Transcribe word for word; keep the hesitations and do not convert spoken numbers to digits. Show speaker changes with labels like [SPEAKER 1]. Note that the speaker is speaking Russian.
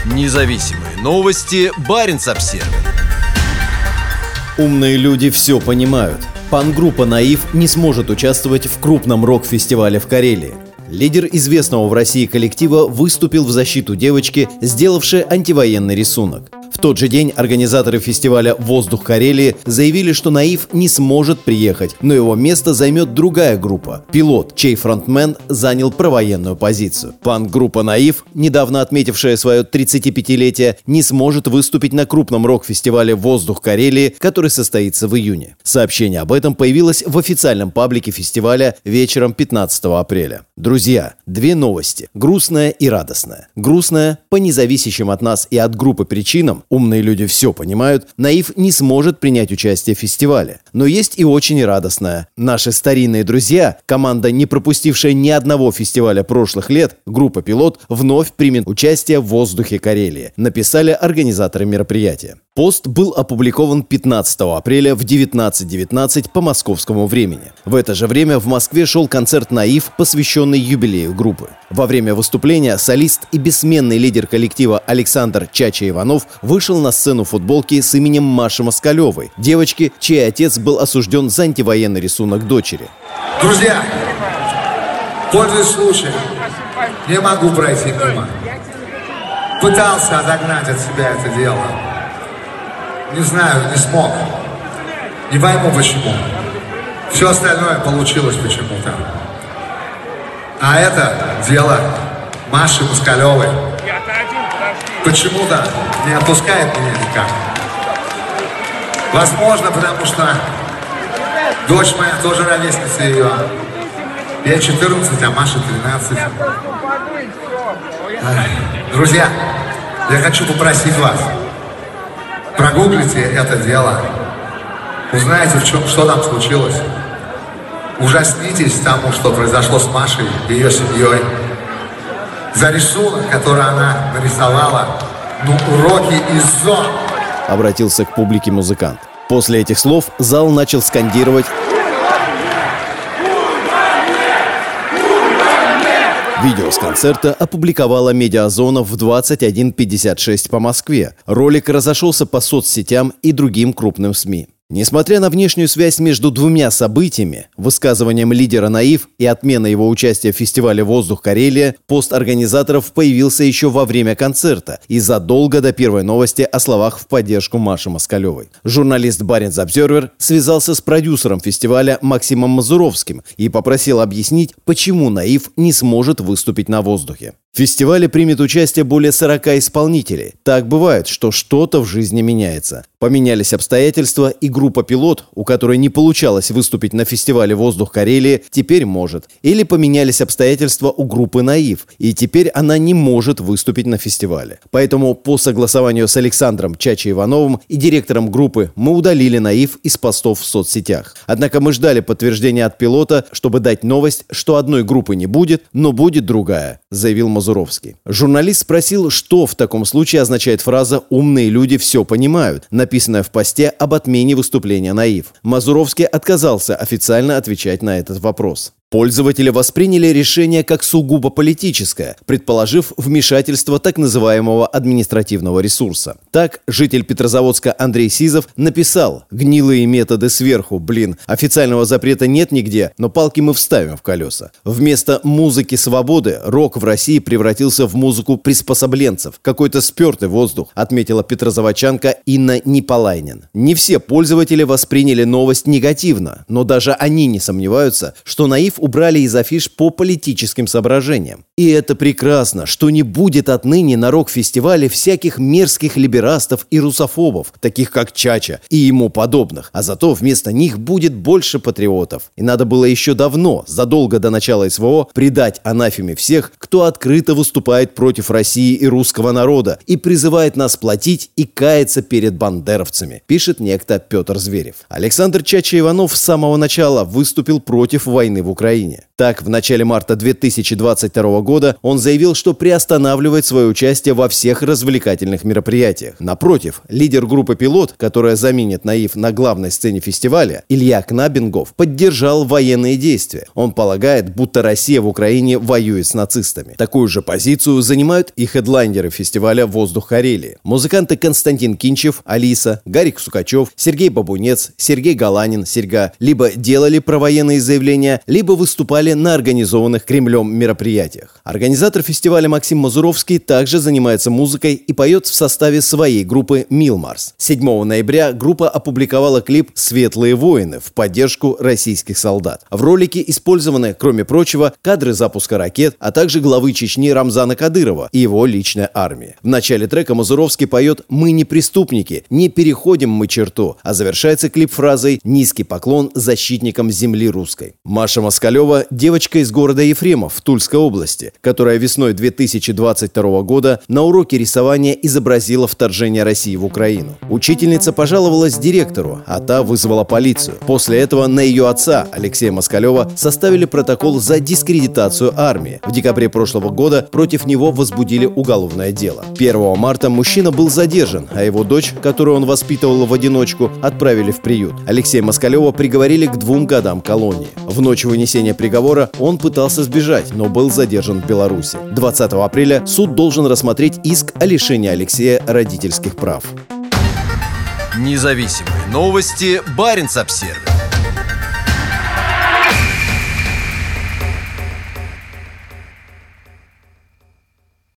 [SPEAKER 1] Независимые новости. Баренц-Обсервис.
[SPEAKER 2] Умные люди все понимают. Панк-группа «Наив» не сможет участвовать в крупном рок-фестивале в Карелии. Лидер известного в России коллектива выступил в защиту девочки, сделавшей антивоенный рисунок. В тот же день организаторы фестиваля «Воздух Карелии» заявили, что «Наив» не сможет приехать, но его место займет другая группа – «Пилот», чей фронтмен занял провоенную позицию. Панк-группа «Наив», недавно отметившая свое тридцатипятилетие, не сможет выступить на крупном рок-фестивале «Воздух Карелии», который состоится в июне. Сообщение об этом появилось в официальном паблике фестиваля вечером пятнадцатого апреля. Друзья, две новости – грустная и радостная. Грустная – по независящим от нас и от группы причинам, умные люди все понимают, «Наив» не сможет принять участие в фестивале. Но есть и очень радостная. Наши старинные друзья, команда, не пропустившая ни одного фестиваля прошлых лет, группа «Пилот», вновь примет участие в «Воздухе Карелии», написали организаторы мероприятия. Пост был опубликован пятнадцатого апреля в девятнадцать девятнадцать по московскому времени. В это же время в Москве шел концерт «Наив», посвященный юбилею группы. Во время выступления солист и бессменный лидер коллектива Александр «Чача» Иванов вышел на сцену в футболке с именем Маши Москалевой, девочки, чей отец был осужден за антивоенный рисунок дочери.
[SPEAKER 3] Друзья, пользуясь случаем, не могу пройти мимо. Пытался отогнать от себя это дело. Не знаю, не смог. Не пойму почему. Все остальное получилось почему-то. А это дело Маши Москалевой почему-то не отпускает меня никак. Возможно, потому что дочь моя тоже ровесница ее. Ей четырнадцать, а Маше тринадцать. Друзья, я хочу попросить вас. Прогуглите это дело, узнайте, в чем, что там случилось. Ужаснитесь тому, что произошло с Машей и ее семьей. За рисунок, который она нарисовала, ну, уроки из зон.
[SPEAKER 2] Обратился к публике музыкант. После этих слов зал начал скандировать. Видео с концерта опубликовала «Медиазона» в двадцать один пятьдесят шесть по Москве. Ролик разошелся по соцсетям и другим крупным СМИ. Несмотря на внешнюю связь между двумя событиями, высказыванием лидера «Наив» и отменой его участия в фестивале «Воздух Карелия», пост организаторов появился еще во время концерта и задолго до первой новости о словах в поддержку Маши Москалевой. Журналист Баренц-Обсервис связался с продюсером фестиваля Максимом Мазуровским и попросил объяснить, почему «Наив» не сможет выступить на воздухе. В фестивале примет участие более сорока исполнителей. Так бывает, что что-то в жизни меняется. Поменялись обстоятельства, и группа «Пилот», у которой не получалось выступить на фестивале «Воздух Карелии», теперь может. Или поменялись обстоятельства у группы «Наив», и теперь она не может выступить на фестивале. Поэтому по согласованию с Александром «Чача» Ивановым и директором группы мы удалили «Наив» из постов в соцсетях. Однако мы ждали подтверждения от «Пилота», чтобы дать новость, что одной группы не будет, но будет другая, заявил Мазуровский. Журналист спросил, что в таком случае означает фраза «умные люди все понимают», написанная в посте об отмене выступления «Наив». Мазуровский отказался официально отвечать на этот вопрос. Пользователи восприняли решение как сугубо политическое, предположив вмешательство так называемого административного ресурса. Так, житель Петрозаводска Андрей Сизов написал: «Гнилые методы сверху, блин, официального запрета нет нигде, но палки мы вставим в колеса». Вместо музыки свободы рок в России превратился в музыку приспособленцев. Какой-то спертый воздух, отметила петрозаводчанка Инна Николайнин. Не все пользователи восприняли новость негативно, но даже они не сомневаются, что «Наив» убрали из афиш по политическим соображениям. И это прекрасно, что не будет отныне на рок-фестивале всяких мерзких либерастов и русофобов, таких как Чача и ему подобных, а зато вместо них будет больше патриотов. И надо было еще давно, задолго до начала СВО, предать анафеме всех, кто открыто выступает против России и русского народа и призывает нас платить и каяться перед бандеровцами, пишет некто Петр Зверев. Александр Чача Иванов с самого начала выступил против войны в Украине. Украине. Так, в начале марта две тысячи двадцать второго года он заявил, что приостанавливает свое участие во всех развлекательных мероприятиях. Напротив, лидер группы «Пилот», которая заменит Наив на главной сцене фестиваля, Илья Кнабингов, поддержал военные действия. Он полагает, будто Россия в Украине воюет с нацистами. Такую же позицию занимают и хедлайнеры фестиваля «Воздух Карелии». Музыканты Константин Кинчев, Алиса, Гарик Сукачев, Сергей Бабунец, Сергей Галанин, Серьга либо делали провоенные заявления, либо выступали на организованных Кремлем мероприятиях. Организатор фестиваля Максим Мазуровский также занимается музыкой и поет в составе своей группы «Милмарс». седьмого ноября группа опубликовала клип «Светлые воины» в поддержку российских солдат. В ролике использованы, кроме прочего, кадры запуска ракет, а также главы Чечни Рамзана Кадырова и его личная армия. В начале трека Мазуровский поет «Мы не преступники, не переходим мы черту», а завершается клип фразой «Низкий поклон защитникам земли русской». Маша Москалева – девочка из города Ефремов в Тульской области, которая весной две тысячи двадцать второго года на уроке рисования изобразила вторжение России в Украину. Учительница пожаловалась директору, а та вызвала полицию. После этого на ее отца, Алексея Москалева, составили протокол за дискредитацию армии. В декабре прошлого года против него возбудили уголовное дело. первого марта мужчина был задержан, а его дочь, которую он воспитывал в одиночку, отправили в приют. Алексея Москалева приговорили к двум годам колонии. В ночь вынесения приговора он пытался сбежать, но был задержан в Беларуси. двадцатого апреля суд должен рассмотреть иск о лишении Алексея родительских прав.
[SPEAKER 1] Независимые новости. Баренц-Обсервис.